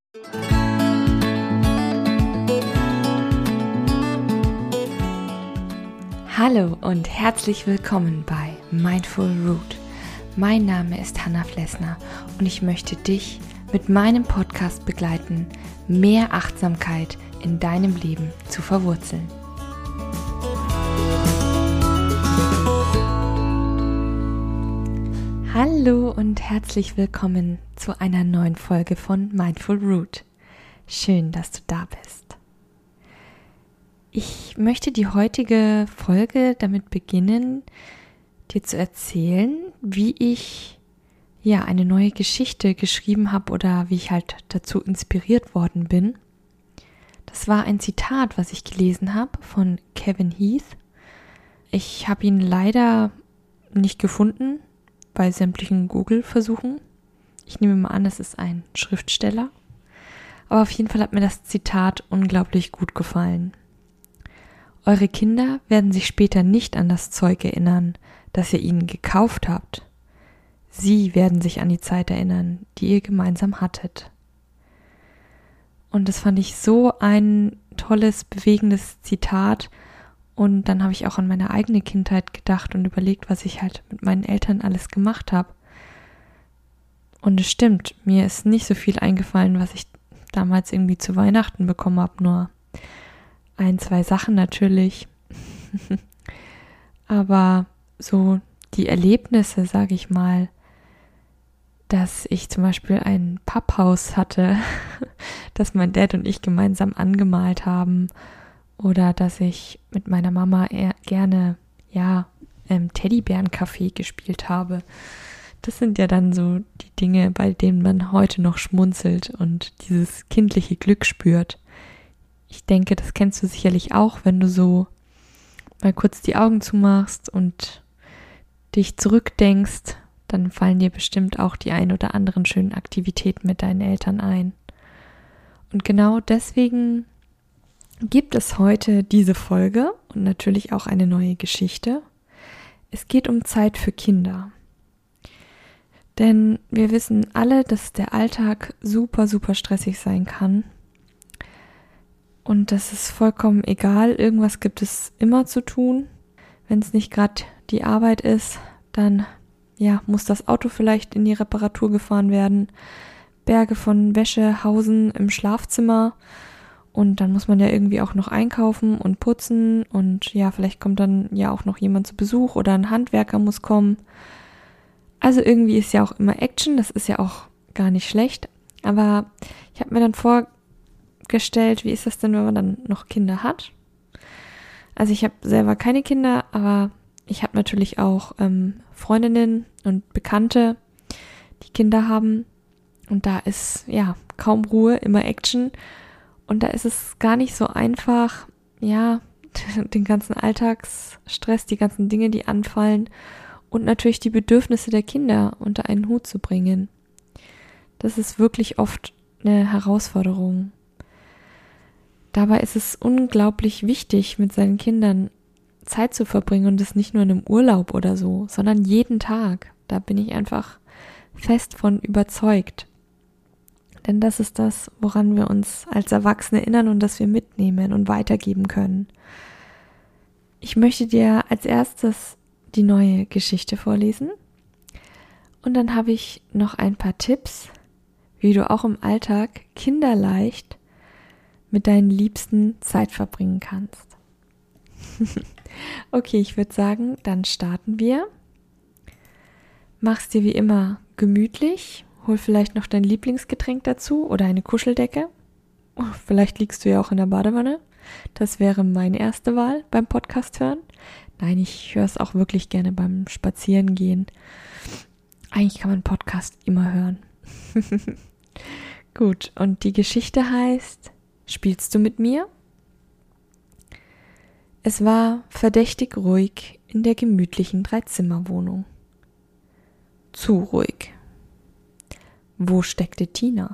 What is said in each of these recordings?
Hallo und herzlich willkommen bei Mindful Root. Mein Name ist Hannah Flessner und ich möchte dich mit meinem Podcast begleiten, mehr Achtsamkeit in deinem Leben zu verwurzeln. Hallo und herzlich willkommen zu einer neuen Folge von Mindful Root. Schön, dass du da bist. Ich möchte die heutige Folge damit beginnen, dir zu erzählen, wie ich eine neue Geschichte geschrieben habe oder wie ich halt dazu inspiriert worden bin. Das war ein Zitat, was ich gelesen habe von Kevin Heath. Ich habe ihn leider nicht gefunden bei sämtlichen Google-Versuchen. Ich nehme mal an, es ist ein Schriftsteller. Aber auf jeden Fall hat mir das Zitat unglaublich gut gefallen. Eure Kinder werden sich später nicht an das Zeug erinnern, das ihr ihnen gekauft habt. Sie werden sich an die Zeit erinnern, die ihr gemeinsam hattet. Und das fand ich so ein tolles, bewegendes Zitat. Und dann habe ich auch an meine eigene Kindheit gedacht und überlegt, was ich halt mit meinen Eltern alles gemacht habe. Und es stimmt, mir ist nicht so viel eingefallen, was ich damals irgendwie zu Weihnachten bekommen habe, nur 1, 2 Sachen natürlich. Aber so die Erlebnisse, sage ich mal, dass ich zum Beispiel ein Papphaus hatte, das mein Dad und ich gemeinsam angemalt haben, oder dass ich mit meiner Mama eher gerne Teddybären-Café gespielt habe. Das sind ja dann so die Dinge, bei denen man heute noch schmunzelt und dieses kindliche Glück spürt. Ich denke, das kennst du sicherlich auch, wenn du so mal kurz die Augen zumachst und dich zurückdenkst, dann fallen dir bestimmt auch die ein oder anderen schönen Aktivitäten mit deinen Eltern ein. Und genau deswegen gibt es heute diese Folge und natürlich auch eine neue Geschichte. Es geht um Zeit für Kinder. Denn wir wissen alle, dass der Alltag super, super stressig sein kann. Und das ist vollkommen egal, irgendwas gibt es immer zu tun. Wenn es nicht gerade die Arbeit ist, dann muss das Auto vielleicht in die Reparatur gefahren werden. Berge von Wäsche hausen im Schlafzimmer. Und dann muss man ja irgendwie auch noch einkaufen und putzen. Und vielleicht kommt dann ja auch noch jemand zu Besuch oder ein Handwerker muss kommen. Also irgendwie ist ja auch immer Action, das ist ja auch gar nicht schlecht. Aber ich habe mir dann vorgestellt, wie ist das denn, wenn man dann noch Kinder hat? Also ich habe selber keine Kinder, aber ich habe natürlich auch Freundinnen und Bekannte, die Kinder haben. Und da ist kaum Ruhe, immer Action. Und da ist es gar nicht so einfach, den ganzen Alltagsstress, die ganzen Dinge, die anfallen und natürlich die Bedürfnisse der Kinder unter einen Hut zu bringen. Das ist wirklich oft eine Herausforderung. Dabei ist es unglaublich wichtig, mit seinen Kindern Zeit zu verbringen und das nicht nur in einem Urlaub oder so, sondern jeden Tag. Da bin ich einfach fest von überzeugt. Denn das ist das, woran wir uns als Erwachsene erinnern und das wir mitnehmen und weitergeben können. Ich möchte dir als erstes die neue Geschichte vorlesen und dann habe ich noch ein paar Tipps, wie du auch im Alltag kinderleicht mit deinen Liebsten Zeit verbringen kannst. Okay, ich würde sagen, dann starten wir. Mach's dir wie immer gemütlich. Hol vielleicht noch dein Lieblingsgetränk dazu oder eine Kuscheldecke. Oh, vielleicht liegst du ja auch in der Badewanne. Das wäre meine erste Wahl beim Podcast hören. Nein, ich höre es auch wirklich gerne beim Spazierengehen. Eigentlich kann man Podcast immer hören. Gut, und die Geschichte heißt, spielst du mit mir? Es war verdächtig ruhig in der gemütlichen 3-Zimmer-Wohnung. Zu ruhig. Wo steckte Tina?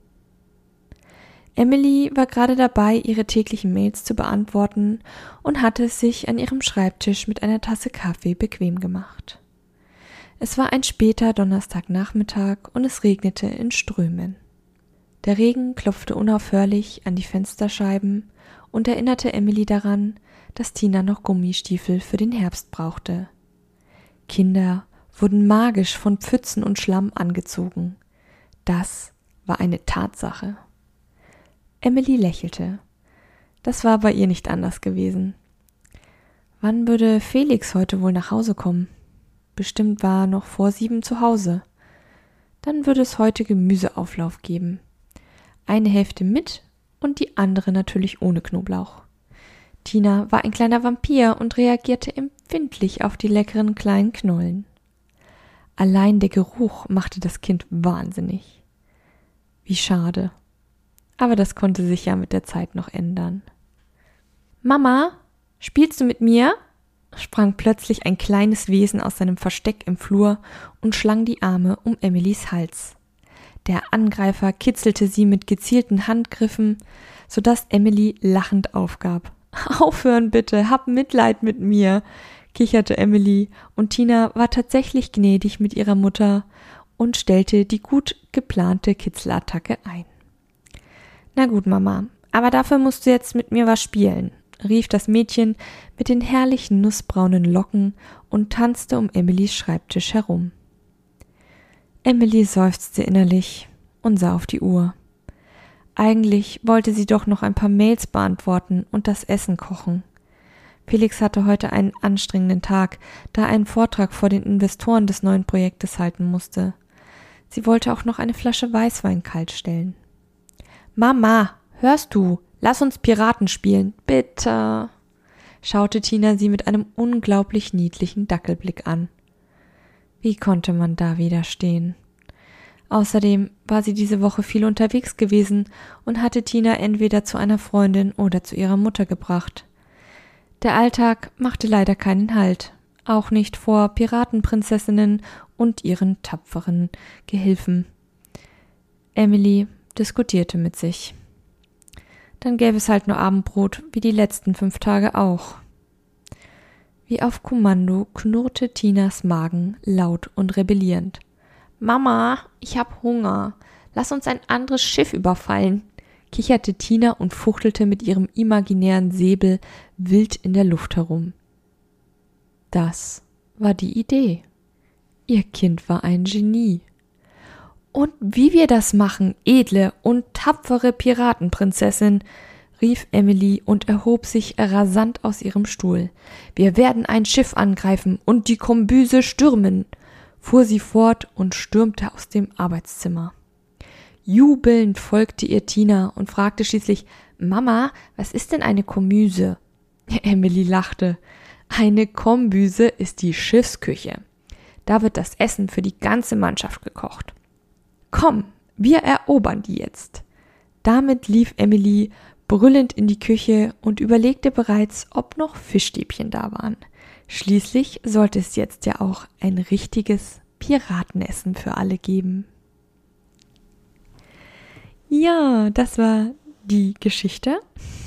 Emily war gerade dabei, ihre täglichen Mails zu beantworten und hatte es sich an ihrem Schreibtisch mit einer Tasse Kaffee bequem gemacht. Es war ein später Donnerstagnachmittag und es regnete in Strömen. Der Regen klopfte unaufhörlich an die Fensterscheiben und erinnerte Emily daran, dass Tina noch Gummistiefel für den Herbst brauchte. Kinder wurden magisch von Pfützen und Schlamm angezogen. Das war eine Tatsache. Emily lächelte. Das war bei ihr nicht anders gewesen. Wann würde Felix heute wohl nach Hause kommen? Bestimmt war er noch vor 7 zu Hause. Dann würde es heute Gemüseauflauf geben. Eine Hälfte mit und die andere natürlich ohne Knoblauch. Tina war ein kleiner Vampir und reagierte empfindlich auf die leckeren kleinen Knollen. Allein der Geruch machte das Kind wahnsinnig. Wie schade. Aber das konnte sich ja mit der Zeit noch ändern. »Mama, spielst du mit mir?« sprang plötzlich ein kleines Wesen aus seinem Versteck im Flur und schlang die Arme um Emilys Hals. Der Angreifer kitzelte sie mit gezielten Handgriffen, sodass Emily lachend aufgab. »Aufhören bitte, hab Mitleid mit mir«, kicherte Emily, und Tina war tatsächlich gnädig mit ihrer Mutter und stellte die gut geplante Kitzelattacke ein. »Na gut, Mama, aber dafür musst du jetzt mit mir was spielen«, rief das Mädchen mit den herrlichen nussbraunen Locken und tanzte um Emilys Schreibtisch herum. Emily seufzte innerlich und sah auf die Uhr. Eigentlich wollte sie doch noch ein paar Mails beantworten und das Essen kochen. Felix hatte heute einen anstrengenden Tag, da er einen Vortrag vor den Investoren des neuen Projektes halten musste. Sie wollte auch noch eine Flasche Weißwein kalt stellen. »Mama, hörst du? Lass uns Piraten spielen, bitte«, schaute Tina sie mit einem unglaublich niedlichen Dackelblick an. Wie konnte man da widerstehen? Außerdem war sie diese Woche viel unterwegs gewesen und hatte Tina entweder zu einer Freundin oder zu ihrer Mutter gebracht. Der Alltag machte leider keinen Halt, auch nicht vor Piratenprinzessinnen und ihren tapferen Gehilfen. Emily diskutierte mit sich. Dann gäbe es halt nur Abendbrot, wie die letzten 5 Tage auch. Wie auf Kommando knurrte Tinas Magen laut und rebellierend. »Mama, ich hab Hunger. Lass uns ein anderes Schiff überfallen«, kicherte Tina und fuchtelte mit ihrem imaginären Säbel wild in der Luft herum. Das war die Idee. Ihr Kind war ein Genie. »Und wie wir das machen, edle und tapfere Piratenprinzessin«, rief Emily und erhob sich rasant aus ihrem Stuhl. »Wir werden ein Schiff angreifen und die Kombüse stürmen«, fuhr sie fort und stürmte aus dem Arbeitszimmer. Jubelnd folgte ihr Tina und fragte schließlich, »Mama, was ist denn eine Kombüse?« Emily lachte. »Eine Kombüse ist die Schiffsküche. Da wird das Essen für die ganze Mannschaft gekocht. Komm, wir erobern die jetzt.« Damit lief Emily brüllend in die Küche und überlegte bereits, ob noch Fischstäbchen da waren. Schließlich sollte es jetzt ja auch ein richtiges Piratenessen für alle geben. Ja, das war die Geschichte.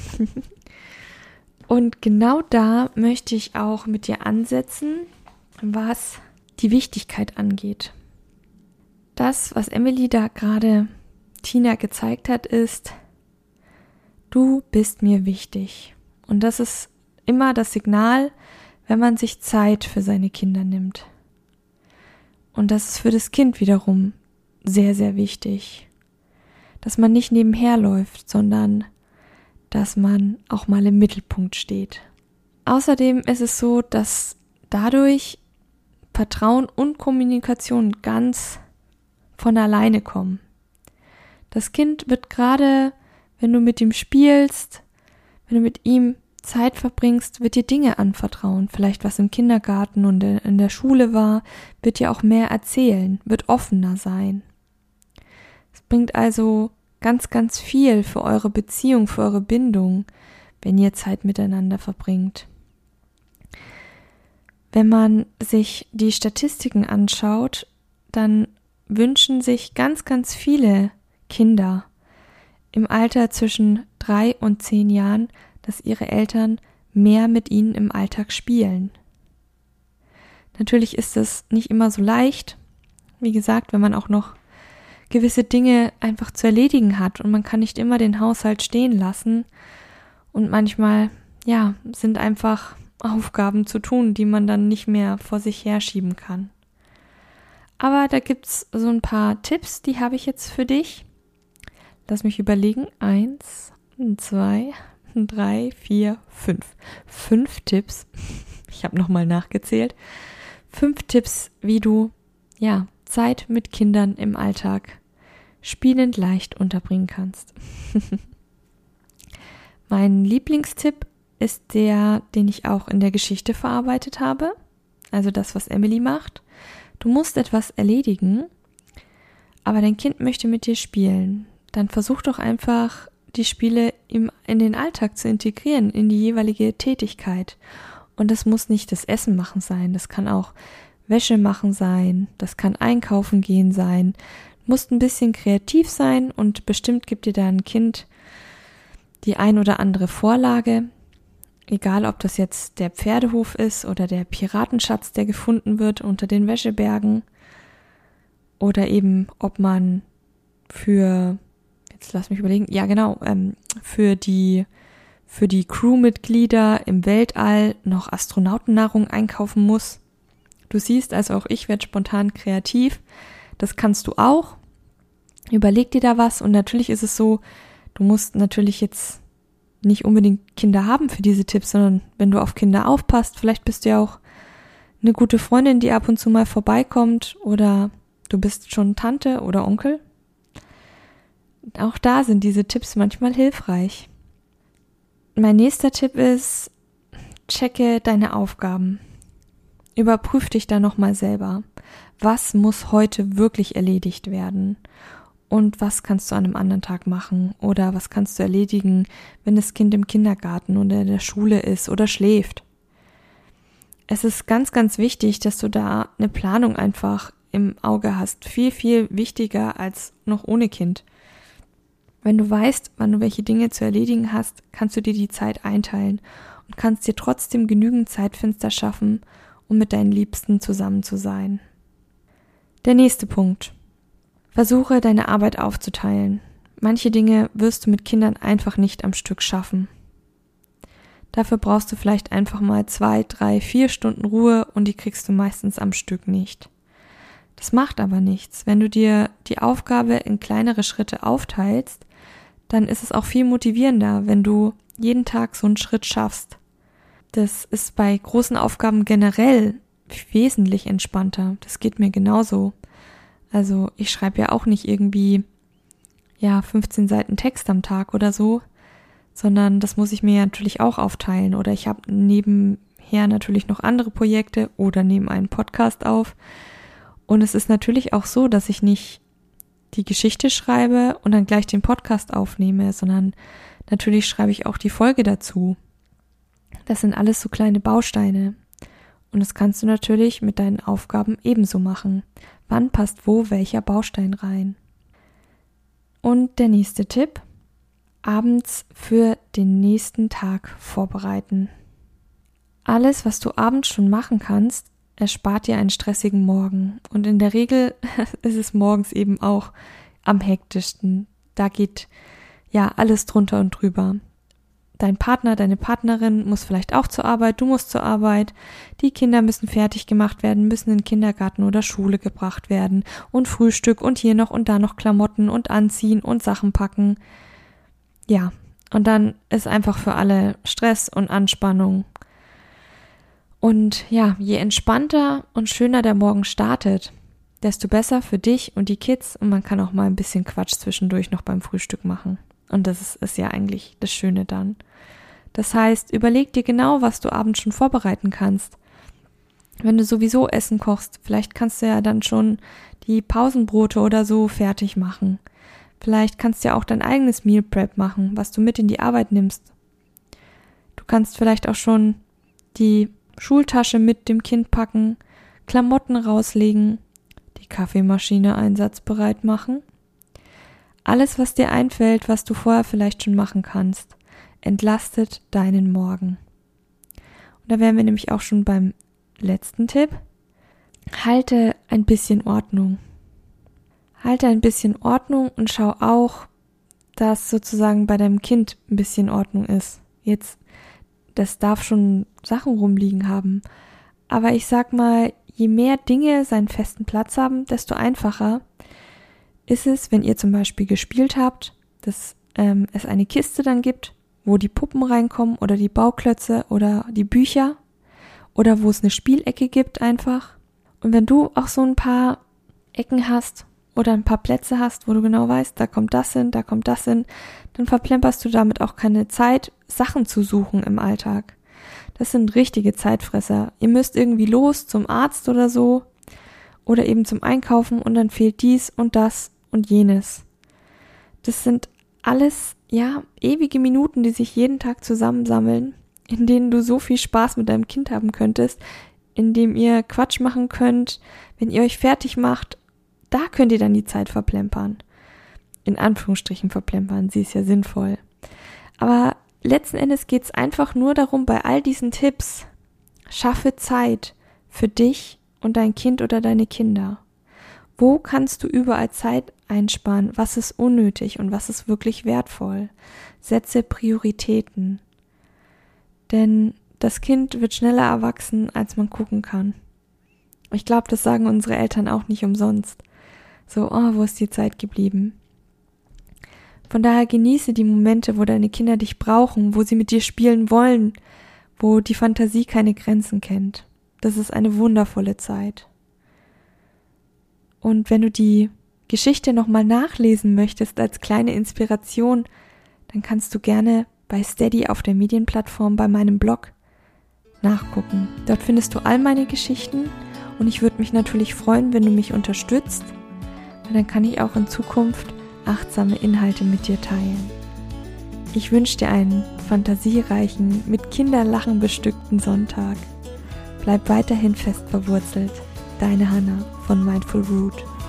Und genau da möchte ich auch mit dir ansetzen, was die Wichtigkeit angeht. Das, was Emily da gerade Tina gezeigt hat, ist, du bist mir wichtig. Und das ist immer das Signal, wenn man sich Zeit für seine Kinder nimmt. Und das ist für das Kind wiederum sehr, sehr wichtig. Dass man nicht nebenher läuft, sondern dass man auch mal im Mittelpunkt steht. Außerdem ist es so, dass dadurch Vertrauen und Kommunikation ganz von alleine kommen. Das Kind wird gerade, wenn du mit ihm spielst, wenn du mit ihm Zeit verbringst, wird dir Dinge anvertrauen, vielleicht was im Kindergarten und in der Schule war, wird dir auch mehr erzählen, wird offener sein. Es bringt also ganz, ganz viel für eure Beziehung, für eure Bindung, wenn ihr Zeit miteinander verbringt. Wenn man sich die Statistiken anschaut, dann wünschen sich ganz, ganz viele Kinder im Alter zwischen 3 und 10 Jahren, dass ihre Eltern mehr mit ihnen im Alltag spielen. Natürlich ist es nicht immer so leicht. Wie gesagt, wenn man auch noch gewisse Dinge einfach zu erledigen hat und man kann nicht immer den Haushalt stehen lassen und manchmal, sind einfach Aufgaben zu tun, die man dann nicht mehr vor sich herschieben kann. Aber da gibt's so ein paar Tipps, die habe ich jetzt für dich. Lass mich überlegen. 1, 2, 3, 4, 5. 5 Tipps. Ich habe nochmal nachgezählt. 5 Tipps, wie du, Zeit mit Kindern im Alltag spielend leicht unterbringen kannst. Mein Lieblingstipp ist der, den ich auch in der Geschichte verarbeitet habe. Also das, was Emily macht. Du musst etwas erledigen, aber dein Kind möchte mit dir spielen. Dann versuch doch einfach, die Spiele in den Alltag zu integrieren, in die jeweilige Tätigkeit. Und das muss nicht das Essen machen sein, das kann auch Wäsche machen sein, das kann einkaufen gehen sein. Du musst ein bisschen kreativ sein und bestimmt gibt dir dein Kind die ein oder andere Vorlage. Egal, ob das jetzt der Pferdehof ist oder der Piratenschatz, der gefunden wird unter den Wäschebergen. Oder eben, ob man für die Crewmitglieder im Weltall noch Astronautennahrung einkaufen muss. Du siehst, also auch ich werde spontan kreativ. Das kannst du auch. Überleg dir da was und natürlich ist es so, du musst natürlich jetzt nicht unbedingt Kinder haben für diese Tipps, sondern wenn du auf Kinder aufpasst, vielleicht bist du ja auch eine gute Freundin, die ab und zu mal vorbeikommt oder du bist schon Tante oder Onkel. Auch da sind diese Tipps manchmal hilfreich. Mein nächster Tipp ist, checke deine Aufgaben. Überprüf dich da nochmal selber. Was muss heute wirklich erledigt werden? Und was kannst du an einem anderen Tag machen? Oder was kannst du erledigen, wenn das Kind im Kindergarten oder in der Schule ist oder schläft? Es ist ganz, ganz wichtig, dass du da eine Planung einfach im Auge hast. Viel, viel wichtiger als noch ohne Kind. Wenn du weißt, wann du welche Dinge zu erledigen hast, kannst du dir die Zeit einteilen und kannst dir trotzdem genügend Zeitfenster schaffen, um mit deinen Liebsten zusammen zu sein. Der nächste Punkt. Versuche, deine Arbeit aufzuteilen. Manche Dinge wirst du mit Kindern einfach nicht am Stück schaffen. Dafür brauchst du vielleicht einfach mal 2, 3, 4 Stunden Ruhe und die kriegst du meistens am Stück nicht. Das macht aber nichts. Wenn du dir die Aufgabe in kleinere Schritte aufteilst, dann ist es auch viel motivierender, wenn du jeden Tag so einen Schritt schaffst. Das ist bei großen Aufgaben generell wesentlich entspannter. Das geht mir genauso. Also ich schreibe ja auch nicht irgendwie 15 Seiten Text am Tag oder so, sondern das muss ich mir ja natürlich auch aufteilen. Oder ich habe nebenher natürlich noch andere Projekte oder nehme einen Podcast auf. Und es ist natürlich auch so, dass ich nicht die Geschichte schreibe und dann gleich den Podcast aufnehme, sondern natürlich schreibe ich auch die Folge dazu. Das sind alles so kleine Bausteine. Und das kannst du natürlich mit deinen Aufgaben ebenso machen. Wann passt wo welcher Baustein rein? Und der nächste Tipp: abends für den nächsten Tag vorbereiten. Alles, was du abends schon machen kannst, erspart dir einen stressigen Morgen. Und in der Regel ist es morgens eben auch am hektischsten. Da geht alles drunter und drüber. Dein Partner, deine Partnerin muss vielleicht auch zur Arbeit, du musst zur Arbeit, die Kinder müssen fertig gemacht werden, müssen in den Kindergarten oder Schule gebracht werden und Frühstück und hier noch und da noch Klamotten und anziehen und Sachen packen. Ja, und dann ist einfach für alle Stress und Anspannung. Und je entspannter und schöner der Morgen startet, desto besser für dich und die Kids und man kann auch mal ein bisschen Quatsch zwischendurch noch beim Frühstück machen. Und das ist ja eigentlich das Schöne dann. Das heißt, überleg dir genau, was du abends schon vorbereiten kannst. Wenn du sowieso Essen kochst, vielleicht kannst du ja dann schon die Pausenbrote oder so fertig machen. Vielleicht kannst du ja auch dein eigenes Meal Prep machen, was du mit in die Arbeit nimmst. Du kannst vielleicht auch schon die Schultasche mit dem Kind packen, Klamotten rauslegen, die Kaffeemaschine einsatzbereit machen. Alles, was dir einfällt, was du vorher vielleicht schon machen kannst, entlastet deinen Morgen. Und da wären wir nämlich auch schon beim letzten Tipp. Halte ein bisschen Ordnung. Halte ein bisschen Ordnung und schau auch, dass sozusagen bei deinem Kind ein bisschen Ordnung ist. Jetzt, das darf schon Sachen rumliegen haben. Aber ich sag mal, je mehr Dinge seinen festen Platz haben, desto einfacher ist es, wenn ihr zum Beispiel gespielt habt, dass es eine Kiste dann gibt, wo die Puppen reinkommen oder die Bauklötze oder die Bücher oder wo es eine Spielecke gibt einfach. Und wenn du auch so ein paar Ecken hast oder ein paar Plätze hast, wo du genau weißt, da kommt das hin, dann verplemperst du damit auch keine Zeit, Sachen zu suchen im Alltag. Das sind richtige Zeitfresser. Ihr müsst irgendwie los zum Arzt oder so oder eben zum Einkaufen und dann fehlt dies und das und jenes. Das sind alles, ewige Minuten, die sich jeden Tag zusammensammeln, in denen du so viel Spaß mit deinem Kind haben könntest, in dem ihr Quatsch machen könnt, wenn ihr euch fertig macht, da könnt ihr dann die Zeit verplempern. In Anführungsstrichen verplempern, sie ist ja sinnvoll. Aber letzten Endes geht es einfach nur darum, bei all diesen Tipps, schaffe Zeit für dich und dein Kind oder deine Kinder. Wo kannst du überall Zeit einsparen? Was ist unnötig und was ist wirklich wertvoll? Setze Prioritäten. Denn das Kind wird schneller erwachsen, als man gucken kann. Ich glaube, das sagen unsere Eltern auch nicht umsonst. So, wo ist die Zeit geblieben? Von daher genieße die Momente, wo deine Kinder dich brauchen, wo sie mit dir spielen wollen, wo die Fantasie keine Grenzen kennt. Das ist eine wundervolle Zeit. Und wenn du die Geschichte nochmal nachlesen möchtest als kleine Inspiration, dann kannst du gerne bei Steady auf der Medienplattform bei meinem Blog nachgucken. Dort findest du all meine Geschichten und ich würde mich natürlich freuen, wenn du mich unterstützt, weil dann kann ich auch in Zukunft achtsame Inhalte mit dir teilen. Ich wünsche dir einen fantasiereichen, mit Kinderlachen bestückten Sonntag. Bleib weiterhin fest verwurzelt. Deine Hannah von Mindful Root.